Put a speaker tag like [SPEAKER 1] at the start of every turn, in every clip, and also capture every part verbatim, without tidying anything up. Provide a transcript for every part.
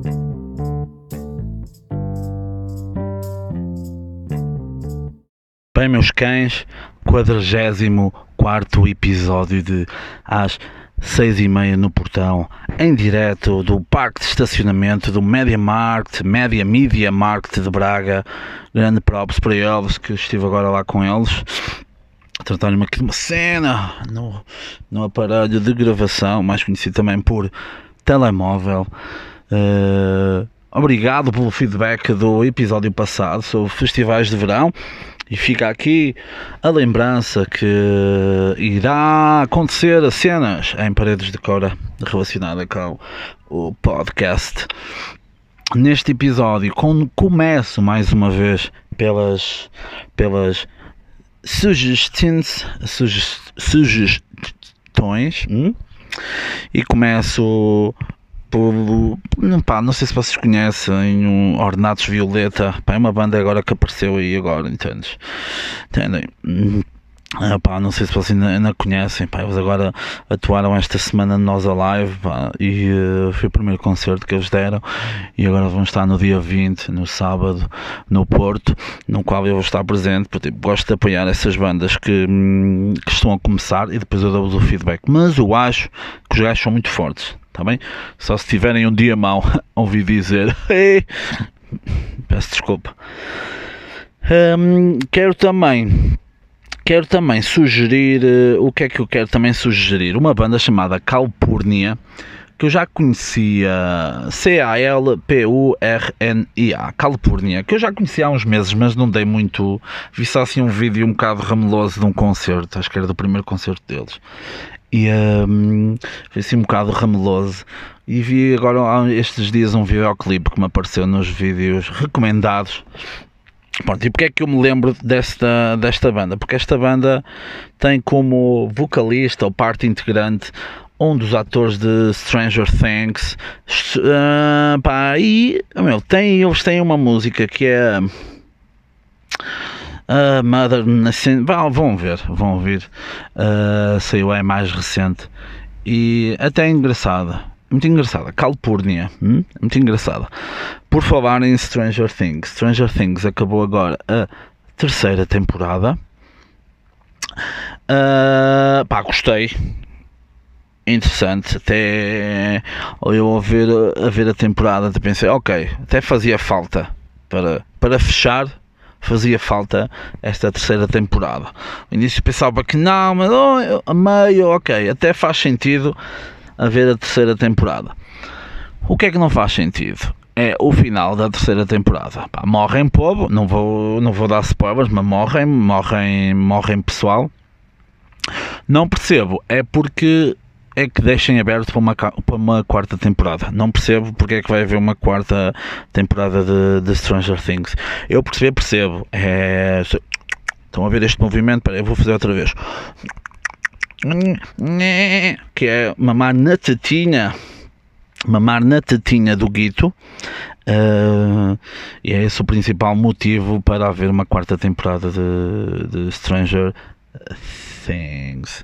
[SPEAKER 1] Bem, meus cães, quadragésimo quarto episódio de Às seis e meia no Portão, em direto do parque de estacionamento do Media Markt, Media Media Markt de Braga. Grande props para eles, que estive agora lá com eles, tratando-me aqui de uma cena no, no aparelho de gravação, mais conhecido também por telemóvel. Uh, obrigado pelo feedback do episódio passado sobre festivais de verão. E fica aqui a lembrança que irá acontecer as cenas em Paredes de Cora relacionada com o podcast. Neste episódio, com, começo mais uma vez pelas, pelas sugestões, sugestões hum? e começo por, pá, não sei se vocês conhecem um Ornatos Violeta, pá, é uma banda agora que apareceu aí agora, entendes? Entendem? Ah, pá, não sei se vocês ainda, ainda conhecem, pá, eles agora atuaram esta semana no Nós Alive, pá, e uh, foi o primeiro concerto que eles deram, e agora vão estar no dia vinte, no sábado, no Porto, no qual eu vou estar presente, porque tipo, gosto de apoiar essas bandas que, hum, que estão a começar, e depois eu dou-vos o feedback, mas eu acho que os gajos são muito fortes, tá bem? Só se tiverem um dia mau, ouvi dizer, hey! Peço desculpa. Hum, quero também... Quero também sugerir, uh, o que é que eu quero também sugerir? Uma banda chamada Calpurnia, que eu já conhecia, C A L P U R N I A, Calpurnia, que eu já conhecia há uns meses, mas não dei muito, vi só assim um vídeo um bocado rameloso de um concerto, acho que era do primeiro concerto deles, e um, foi assim um bocado rameloso, e vi agora há estes dias um videoclipe que me apareceu nos vídeos recomendados. Pronto, e porque é que eu me lembro desta, desta banda? Porque esta banda tem como vocalista ou parte integrante um dos atores de Stranger Things, uh, pá, e meu, tem, eles têm uma música que é uh, Mother Nascent, vão ver, vão ouvir, uh, saiu, é mais recente e até é engraçada. Muito engraçada, Calpurnia, hum? muito engraçada. Por falar em Stranger Things, Stranger Things acabou agora a terceira temporada. Uh, pá, gostei, interessante. Até eu a ver, a ver a temporada, pensei, ok, até fazia falta para, para fechar. Fazia falta esta terceira temporada. No início pensava que não, mas oh, a meio, ok, até faz sentido a ver a terceira temporada. O que é que não faz sentido? É o final da terceira temporada. Pá, morrem povo, não vou, não vou dar spoilers, mas morrem, morrem, morrem pessoal. Não percebo, é porque é que deixem aberto para uma, para uma quarta temporada. Não percebo porque é que vai haver uma quarta temporada de, de Stranger Things. Eu perceber, percebo. É, estão a ver este movimento? Pera, eu vou fazer outra vez. Que é mamar na tetinha, mamar na tetinha do Guito, uh, e é esse o principal motivo para haver uma quarta temporada de, de Stranger Things.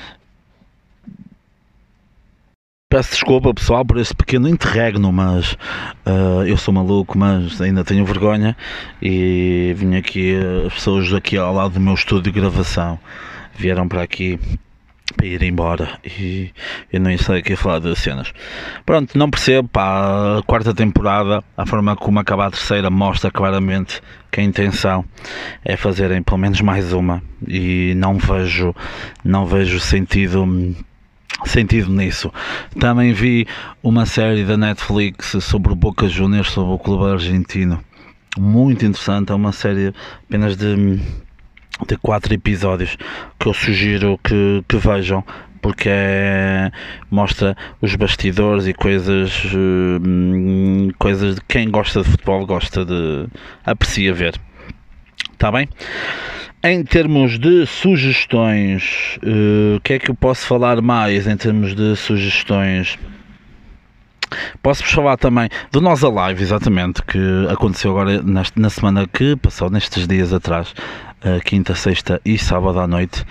[SPEAKER 1] Peço desculpa, pessoal, por esse pequeno interregno, mas uh, eu sou maluco, mas ainda tenho vergonha e vim aqui, as pessoas aqui ao lado do meu estúdio de gravação vieram para aqui para ir embora e eu não sei aqui a falar de cenas. Pronto, não percebo, pá, a quarta temporada, a forma como acaba a terceira mostra claramente que a intenção é fazerem pelo menos mais uma e não vejo, não vejo sentido, sentido nisso. Também vi uma série da Netflix sobre o Boca Juniors, sobre o clube argentino, muito interessante, é uma série apenas de de quatro episódios que eu sugiro que, que vejam, porque é, mostra os bastidores e coisas hum, coisas de quem gosta de futebol gosta de aprecia ver, está bem? Em termos de sugestões, o uh, que é que eu posso falar mais em termos de sugestões? Posso-vos falar também do Nós Alive, exatamente, que aconteceu agora nesta, na semana que passou, nestes dias atrás, uh, quinta, sexta e sábado à noite,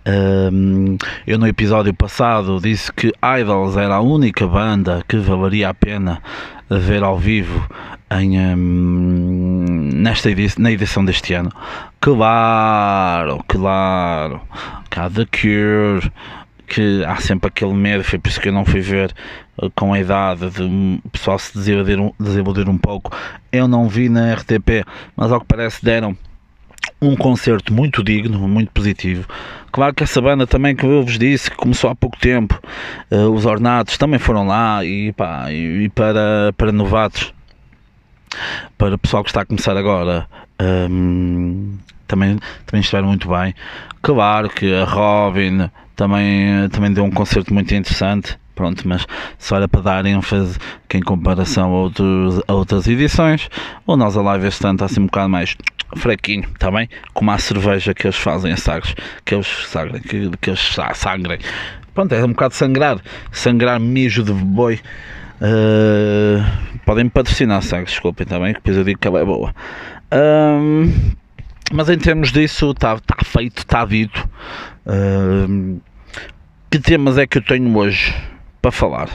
[SPEAKER 1] Um, eu no episódio passado disse que Idols era a única banda que valeria a pena ver ao vivo em, um, nesta edição, na edição deste ano. Claro, claro, que há The Cure, que há sempre aquele medo, foi por isso que eu não fui ver com a idade de o pessoal se desiludir um, desiludir um pouco. Eu não vi na R T P, mas ao que parece deram um concerto muito digno, muito positivo. Claro que essa banda também, que eu vos disse, que começou há pouco tempo, uh, os Ornatos também foram lá, e, pá, e, e para, para novatos, para o pessoal que está a começar agora, um, também, também estiveram muito bem. Claro que a Robin também, também deu um concerto muito interessante. Pronto, mas só era para dar ênfase que em comparação a, outros, a outras edições, o Nós Alive este ano está assim um bocado mais fraquinho, está bem? Como a cerveja que eles fazem a sagres, que eles sagrem, que, que eles sangrem. Pronto, é um bocado de sangrar, sangrar mijo de boi. Uh, podem-me patrocinar sagres, desculpem, está bem? Que depois eu digo que ela é boa. Um, mas em termos disso, está tá feito, está dito. Uh, que temas é que eu tenho hoje para falar?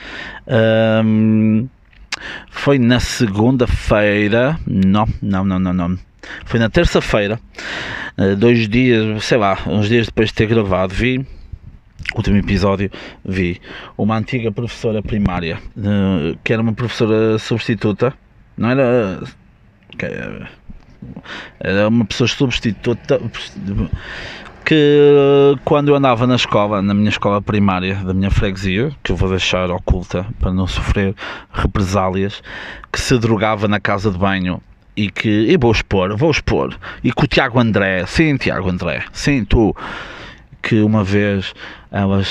[SPEAKER 1] Um, foi na segunda-feira, não, não, não, não, não, foi na terça-feira, dois dias, sei lá, uns dias depois de ter gravado, vi, o último episódio, vi uma antiga professora primária, que era uma professora substituta, não era, era uma pessoa substituta, que quando eu andava na escola, na minha escola primária da minha freguesia, que eu vou deixar oculta para não sofrer represálias, que se drogava na casa de banho e que, e vou expor, vou expor, e que o Tiago André, sim Tiago André, sim tu, que uma vez ela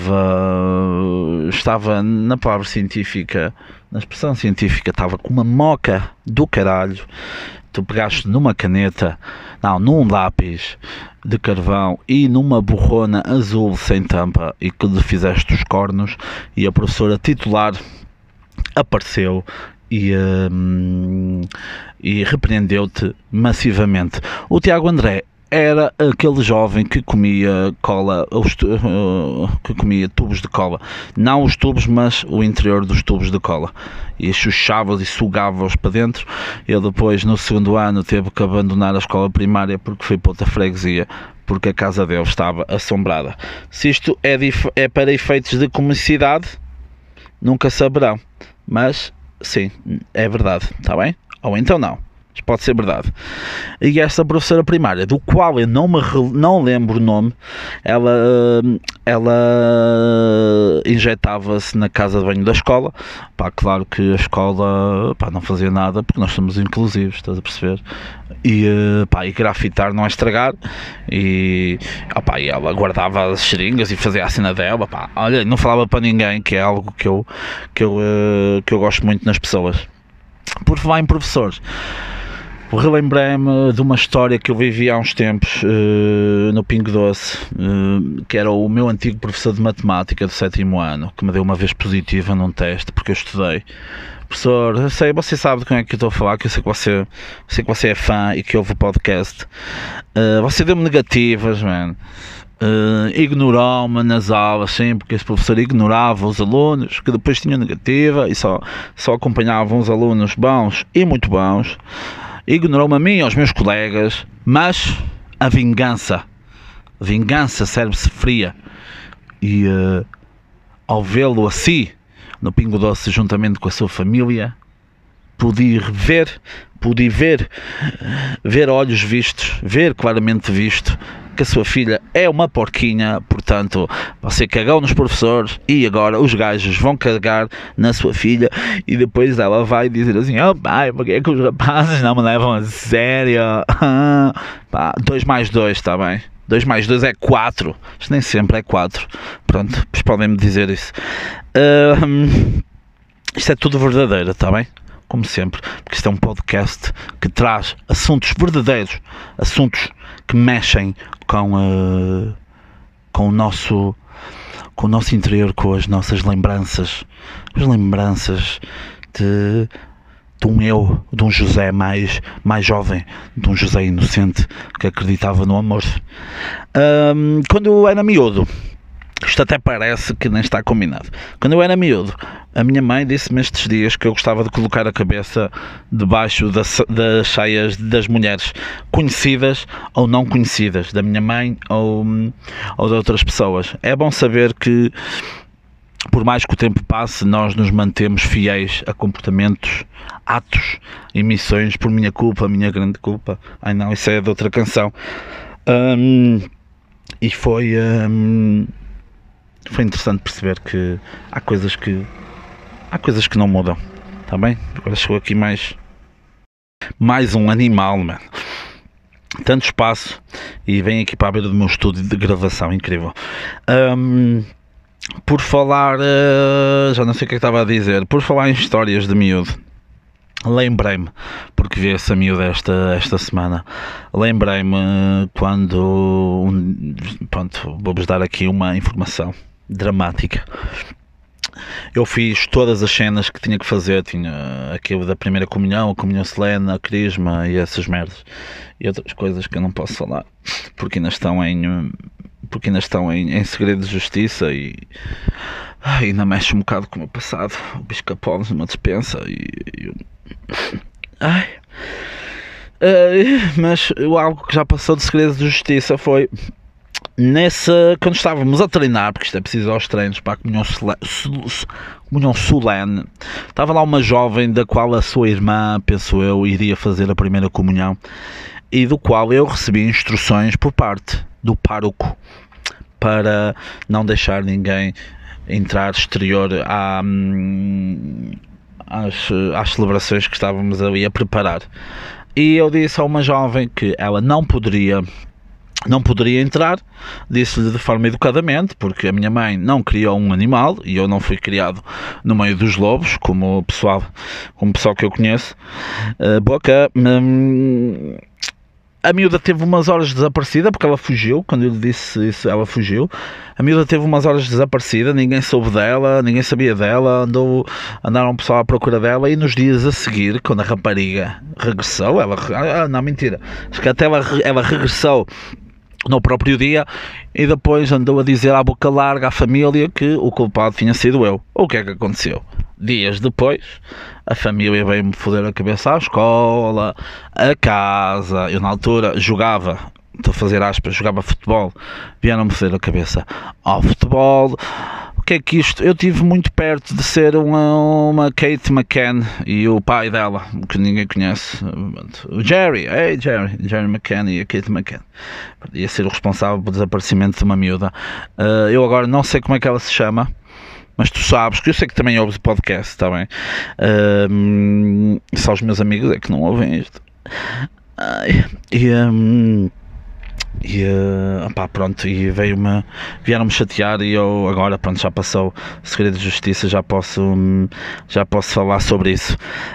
[SPEAKER 1] estava, estava na palavra científica, na expressão científica, estava com uma moca do caralho. Tu pegaste numa caneta, não, num lápis de carvão e numa borrona azul sem tampa e que lhe fizeste os cornos, e a professora titular apareceu e, um, e repreendeu-te massivamente. O Tiago André era aquele jovem que comia cola, que comia tubos de cola, não os tubos, mas o interior dos tubos de cola, e chuchava-os e sugava-os para dentro. Ele depois, no segundo ano, teve que abandonar a escola primária porque foi para outra freguesia, porque a casa dele estava assombrada. Se isto é, é para efeitos de comicidade, nunca saberão, mas sim, é verdade, está bem? Ou então não. Pode ser verdade. E esta professora primária, do qual eu não me não lembro o nome, ela, ela injetava-se na casa de banho da escola. Pá, claro que a escola, pá, não fazia nada, porque nós somos inclusivos, estás a perceber? E, pá, e grafitar não é estragar. E, opá, e ela guardava as seringas e fazia a cena dela. Pá, olha, não falava para ninguém, que é algo que eu, que eu, que eu gosto muito nas pessoas. Por falar em professores, relembrei-me de uma história que eu vivi há uns tempos uh, no Pingo Doce, uh, que era o meu antigo professor de matemática do sétimo ano, que me deu uma vez positiva num teste, porque eu estudei. Professor, eu sei, você sabe de quem é que eu estou a falar, que eu sei que você, sei que você é fã e que ouve o podcast. Uh, você deu-me negativas, man. Uh, ignorou-me nas aulas, sim, porque esse professor ignorava os alunos que depois tinham negativa e só, só acompanhavam os alunos bons e muito bons. Ignorou-me a mim e aos meus colegas, mas a vingança, a vingança serve-se fria. E uh, ao vê-lo assim, no Pingo Doce, juntamente com a sua família, pude ver, pude ver, ver olhos vistos, ver claramente visto, que a sua filha é uma porquinha. Portanto, você cagou nos professores e agora os gajos vão cagar na sua filha, e depois ela vai dizer assim: oh pai, porque é que os rapazes não me levam a sério? Pá, dois mais dois, está bem? dois mais dois é quatro, isto nem sempre é quatro. Pronto, depois podem-me dizer isso. Uh, isto é tudo verdadeiro, está bem? Como sempre, porque isto é um podcast que traz assuntos verdadeiros, assuntos que mexem com, uh, com, o nosso, com o nosso interior, com as nossas lembranças, as lembranças de, de um eu, de um José mais, mais jovem, de um José inocente que acreditava no amor. Um, quando eu era miúdo, isto até parece que nem está combinado. Quando eu era miúdo, a minha mãe disse-me estes dias que eu gostava de colocar a cabeça debaixo das, das saias das mulheres, conhecidas ou não conhecidas, da minha mãe ou, ou de outras pessoas. É bom saber que, por mais que o tempo passe, nós nos mantemos fiéis a comportamentos, atos e missões por minha culpa, minha grande culpa. Ai não, isso é de outra canção. Um, e foi... Um, Foi interessante perceber que há coisas que há coisas que não mudam, está bem? Agora chegou aqui mais mais um animal, mano. Tanto espaço e vem aqui para a beira do meu estúdio de gravação, incrível. Um, por falar, uh, já não sei o que é que estava a dizer, por falar em histórias de miúdo, lembrei-me, porque vi essa miúda esta, esta semana, lembrei-me quando, um, pronto, vou-vos dar aqui uma informação dramática. Eu fiz todas as cenas que tinha que fazer, tinha aquilo da primeira comunhão, a comunhão solene, a crisma e essas merdas, e outras coisas que eu não posso falar, porque ainda estão em, porque ainda estão em, em segredo de justiça e ai, ainda mexe um bocado com o meu passado, o biscapolos numa despensa e... e ai... Uh, mas algo que já passou de segredo de justiça foi nessa, quando estávamos a treinar, porque isto é preciso aos treinos para a comunhão solene, comunhão solene, estava lá uma jovem da qual a sua irmã, penso eu, iria fazer a primeira comunhão e do qual eu recebi instruções por parte do pároco para não deixar ninguém entrar exterior à, às, às celebrações que estávamos ali a preparar. E eu disse a uma jovem que ela não poderia não poderia entrar, disse-lhe de forma educadamente, porque a minha mãe não criou um animal e eu não fui criado no meio dos lobos, como o pessoal, como o pessoal que eu conheço. Uh, boca, hum, a miúda teve umas horas desaparecida, porque ela fugiu, quando eu lhe disse isso, ela fugiu. A miúda teve umas horas desaparecida, ninguém soube dela, ninguém sabia dela, andou, andaram o pessoal à procura dela, e nos dias a seguir, quando a rapariga regressou, ela, ah, não, mentira, acho que até ela, ela regressou no próprio dia, e depois andou a dizer à boca larga à família que o culpado tinha sido eu. O que é que aconteceu? Dias depois, a família veio-me foder a cabeça à escola, a casa. Eu na altura jogava, estou a fazer aspas, jogava futebol, vieram-me foder a cabeça ao futebol. O que é que isto? Eu tive muito perto de ser uma, uma Kate McCann e o pai dela, que ninguém conhece, o Jerry, hey Jerry, Jerry McCann e a Kate McCann, ia ser o responsável pelo desaparecimento de uma miúda. Uh, eu agora não sei como é que ela se chama, mas tu sabes, que eu sei que também ouves o podcast, está bem? Uh, só os meus amigos é que não ouvem isto. Uh, e... Um, E uh, opá, pronto, e veio-me, vieram-me chatear e eu agora, pronto, já passou o segredo de justiça, já posso, já posso falar sobre isso.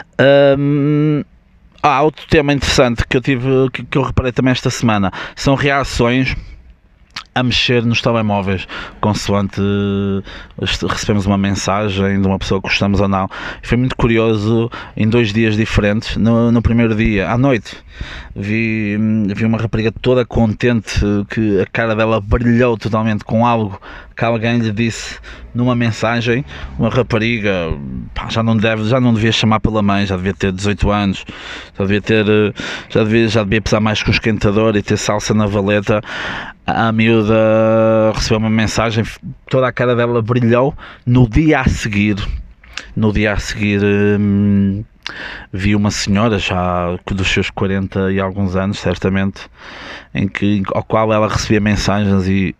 [SPEAKER 1] Um, ah, outro tema interessante que eu tive, que, que eu reparei também esta semana, são reações a mexer nos telemóveis, consoante recebemos uma mensagem de uma pessoa que gostamos ou não. Foi muito curioso, em dois dias diferentes. No, no primeiro dia, à noite, vi, vi uma rapariga toda contente, que a cara dela brilhou totalmente com algo que alguém lhe disse numa mensagem. Uma rapariga, pá, já não deve, já não devia chamar pela mãe, já devia ter dezoito anos, já devia ter, já devia, já devia pesar mais que um esquentador e ter salsa na valeta. A miúda recebeu uma mensagem, toda a cara dela brilhou. No dia a seguir, no dia a seguir hum, vi uma senhora já dos seus quarenta e alguns anos, certamente, em que, ao qual ela recebia mensagens e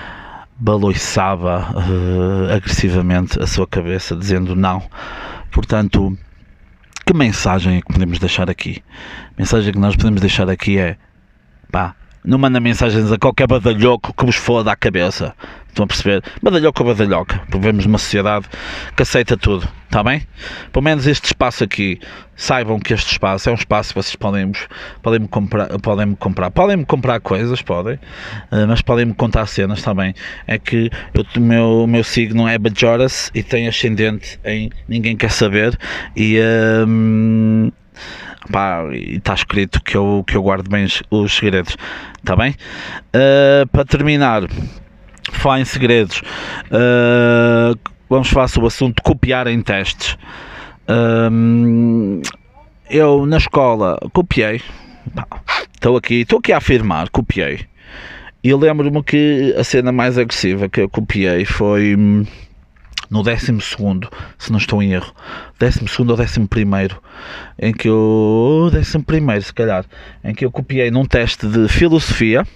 [SPEAKER 1] baloiçava uh, agressivamente a sua cabeça, dizendo não. Portanto, que mensagem é que podemos deixar aqui? A mensagem que nós podemos deixar aqui é: pá, não manda mensagens a qualquer badalhoco que vos foda a cabeça. Estão a perceber? Badalhoca ou badalhoca. Vivemos numa sociedade que aceita tudo. Está bem? Pelo menos este espaço aqui, saibam que este espaço é um espaço que vocês podem, podem me comprar, podem me comprar, podem me comprar coisas, podem, mas podem me contar cenas também. É que eu, o meu, o meu signo é Bajoras e tem ascendente em Ninguém Quer Saber e hum, pá, está escrito que eu, que eu guardo bem os, os segredos. Está bem? Uh, para terminar, falar em segredos, uh, vamos falar sobre o assunto de copiar em testes. Um, eu na escola copiei, estou aqui, estou aqui a afirmar, copiei. E lembro-me que a cena mais agressiva que eu copiei foi no décimo segundo, se não estou em erro, décimo segundo ou décimo primeiro, em que eu, décimo primeiro se calhar, em que eu copiei num teste de filosofia.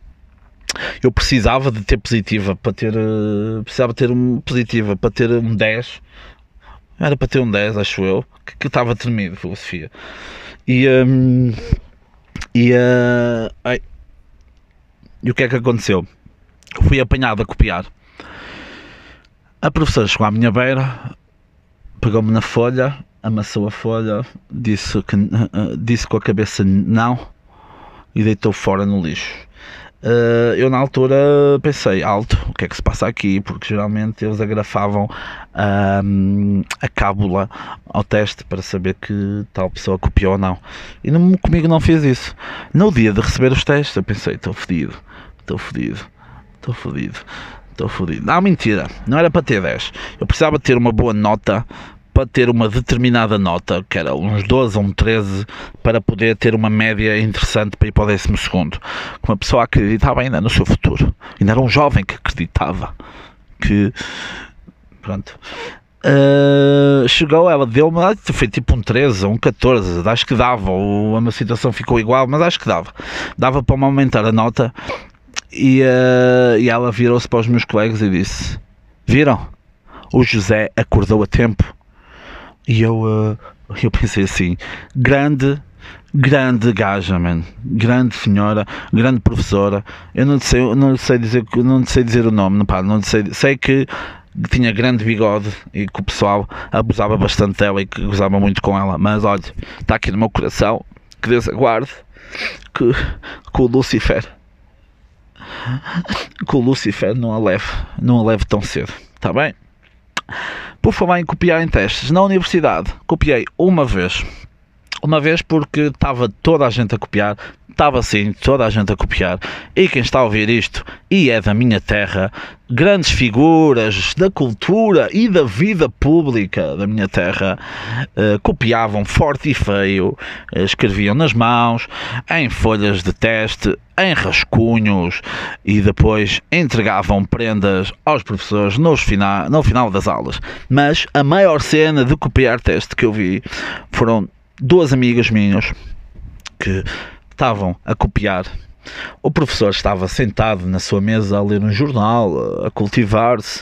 [SPEAKER 1] Eu precisava de ter positiva para ter, precisava ter um positiva para ter um dez, era para ter um dez, acho eu, que, que estava tremido, filosofia. E, um, e, uh, ai, e o que é que aconteceu? Fui apanhado a copiar. A professora chegou à minha beira, pegou-me na folha, amassou a folha, disse, que, uh, disse com a cabeça não e deitou fora no lixo. Uh, eu na altura pensei, alto, o que é que se passa aqui? Porque geralmente eles agrafavam uh, a cábula ao teste para saber que tal pessoa copiou ou não. E não, comigo não fez isso. No dia de receber os testes eu pensei, estou fodido, estou fodido, estou fodido, estou fodido. Não, mentira, não era para ter dez. Eu precisava ter uma boa nota, para ter uma determinada nota, que era uns doze ou um treze, para poder ter uma média interessante para ir para o décimo segundo. Uma pessoa acreditava ainda no seu futuro. Ainda era um jovem que acreditava. Que, pronto. Uh, chegou, ela deu-me, foi tipo um treze ou um catorze, acho que dava, ou a minha situação ficou igual, mas acho que dava. Dava para me aumentar a nota e, uh, e ela virou-se para os meus colegas e disse: viram? O José acordou a tempo. E eu, uh, eu pensei assim, grande, grande gaja, man, grande senhora, grande professora. Eu não sei, não sei dizer, não sei dizer o nome, não, pá, não sei, sei que tinha grande bigode e que o pessoal abusava bastante dela e que gozava muito com ela. Mas olha, está aqui no meu coração, que Deus aguarde que, que o Lucifer, que o Lucifer não a leve, não a leve tão cedo, está bem? Por falar em copiar em testes, na universidade copiei uma vez, uma vez porque estava toda a gente a copiar, estava sim toda a gente a copiar, e quem está a ouvir isto e é da minha terra, grandes figuras da cultura e da vida pública da minha terra, eh, copiavam forte e feio, eh, escreviam nas mãos, em folhas de teste, em rascunhos e depois entregavam prendas aos professores nos fina- no final das aulas. Mas a maior cena de copiar teste que eu vi foram duas amigas minhas que estavam a copiar. O professor estava sentado na sua mesa a ler um jornal, a cultivar-se.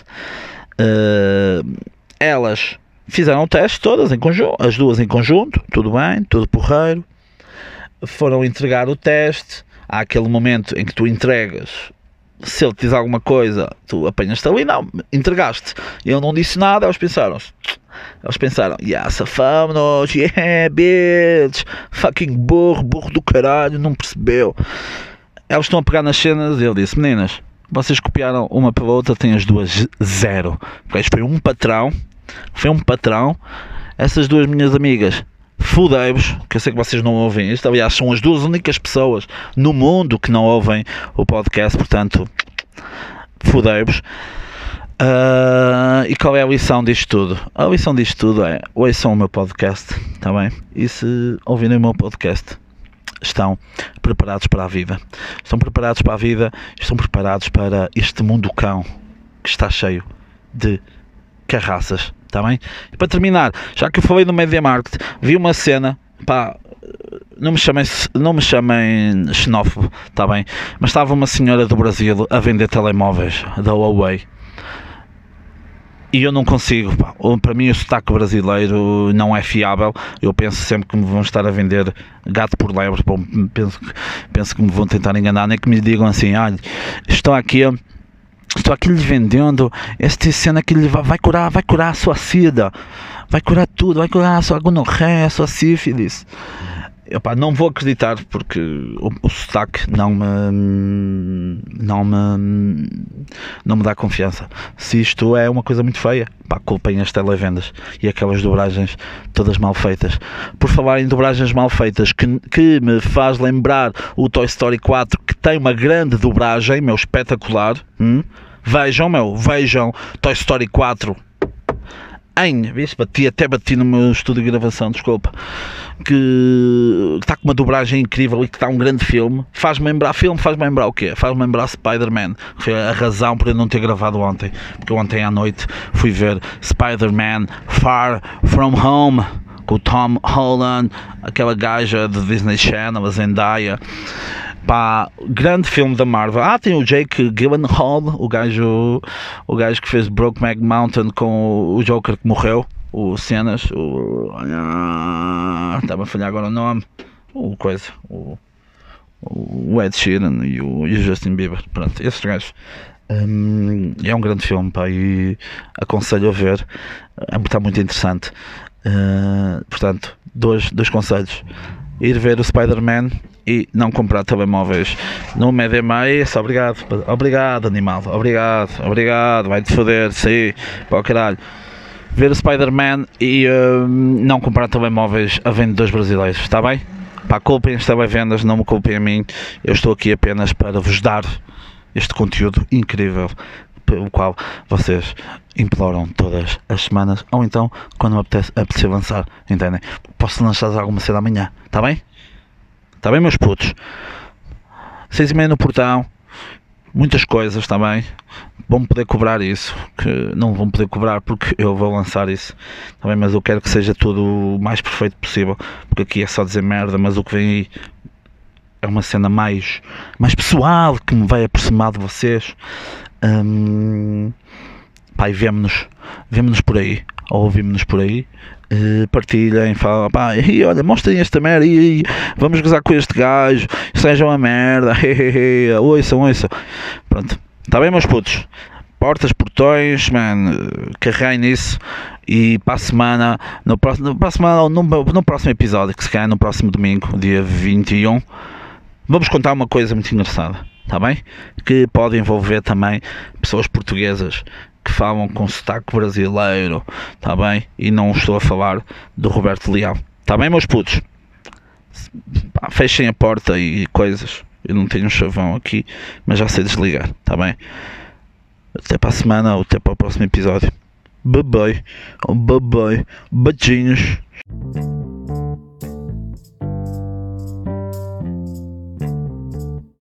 [SPEAKER 1] Uh, elas fizeram o teste todas em conjunto, as duas em conjunto, tudo bem, tudo porreiro. Foram entregar o teste. Há aquele momento em que tu entregas. Se ele te diz alguma coisa, tu apanhas-te ali, não, entregaste. Ele não disse nada, eles pensaram Eles pensaram, yeah, safamos-nos, yeah, bitch, fucking burro, burro do caralho, não percebeu. Eles estão a pegar nas cenas e ele disse: meninas, vocês copiaram uma pela outra, têm as duas zero. Porque isto foi um patrão, foi um patrão. Essas duas minhas amigas, fudei-vos, que eu sei que vocês não ouvem isto. Aliás, são as duas únicas pessoas no mundo que não ouvem o podcast, portanto, fudei-vos. Uh, e qual é a lição disto tudo? A lição disto tudo é: ouçam o meu podcast, está bem? E se ouvirem o meu podcast, estão preparados para a vida. Estão preparados para a vida, estão preparados para este mundo cão que está cheio de carraças, está bem? E para terminar, já que eu falei no Media Market, vi uma cena, pá, não me chamem, não me chamem xenófobo, está bem? Mas estava uma senhora do Brasil a vender telemóveis da Huawei. E eu não consigo, pá. Para mim o sotaque brasileiro não é fiável. Eu penso sempre que me vão estar a vender gato por lebre. Penso, penso que me vão tentar enganar, nem que me digam assim: olha, estou aqui Estou aqui lhe vendendo esta cena que lhe vai, vai curar, vai curar a sua sida, vai curar tudo, vai curar a sua gonorreia, a sua sífilis. Epá, não vou acreditar porque o, o sotaque não me não me não me dá confiança. Se isto é uma coisa muito feia, pá, culpem as televendas e aquelas dobragens todas mal feitas. Por falar em dobragens mal feitas, que, que me faz lembrar o Toy Story quatro, que tem uma grande dobragem, meu, espetacular. Hum? Vejam, meu, vejam Toy Story quatro. Em, viste, bati, até bati no meu estúdio de gravação, desculpa, que está com uma dobragem incrível e que está um grande filme. Faz-me lembrar, filme faz-me lembrar o quê? Faz-me lembrar Spider-Man, que foi a razão por eu não ter gravado ontem, porque ontem à noite fui ver Spider-Man Far From Home, com o Tom Holland, aquela gaja do Disney Channel, a Zendaya. Pá, grande filme da Marvel. Ah, tem o Jake Gyllenhaal, o gajo, o gajo que fez Brokeback Mountain com o Joker que morreu, o Cenas, o... Ah, estava a falhar agora o nome, o coisa, o, o Ed Sheeran e o, e o Justin Bieber, pronto, esses gajos. Hum, é um grande filme, pá, e aconselho a ver, está muito interessante. Uh, portanto, dois, dois conselhos: ir ver o Spider-Man e não comprar telemóveis no Media Mais. Obrigado, obrigado animal, obrigado, obrigado, vai-te foder, sim, para o caralho. Ver o Spider-Man e uh, não comprar telemóveis a vendedores brasileiros, está bem? Pá, culpem as televendas, não me culpem a mim, eu estou aqui apenas para vos dar este conteúdo incrível, pelo qual vocês imploram todas as semanas, ou então quando me apetece, apetece lançar, entendem? Posso lançar alguma cena amanhã, está bem? Está bem, meus putos? Seis e meia no portão, muitas coisas, está bem? Vão poder cobrar isso, que não vão poder cobrar porque eu vou lançar isso, está bem? Mas eu quero que seja tudo o mais perfeito possível, porque aqui é só dizer merda, mas o que vem aí é uma cena mais, mais pessoal, que me vai aproximar de vocês. Hum, pá, e vemo-nos, vemo-nos por aí, ou ouvimos-nos por aí, uh, partilhem, falem, pá, e olha, mostrem esta merda, e, e, vamos gozar com este gajo, seja uma merda, ouçam, ouçam, pronto, está bem, meus putos? Portas, portões, man, carreguem nisso, e para a semana, no próximo, para a semana, no, no próximo episódio, que se calhar no próximo domingo, dia vinte e um, vamos contar uma coisa muito engraçada, está bem? Que pode envolver também pessoas portuguesas que falam com sotaque brasileiro, está bem? E não estou a falar do Roberto Leal, está bem, meus putos? Pá, fechem a porta e coisas, eu não tenho um chavão aqui, mas já sei desligar, está bem? Até para a semana ou até para o próximo episódio. Bye bye, bye bye, beijinhos.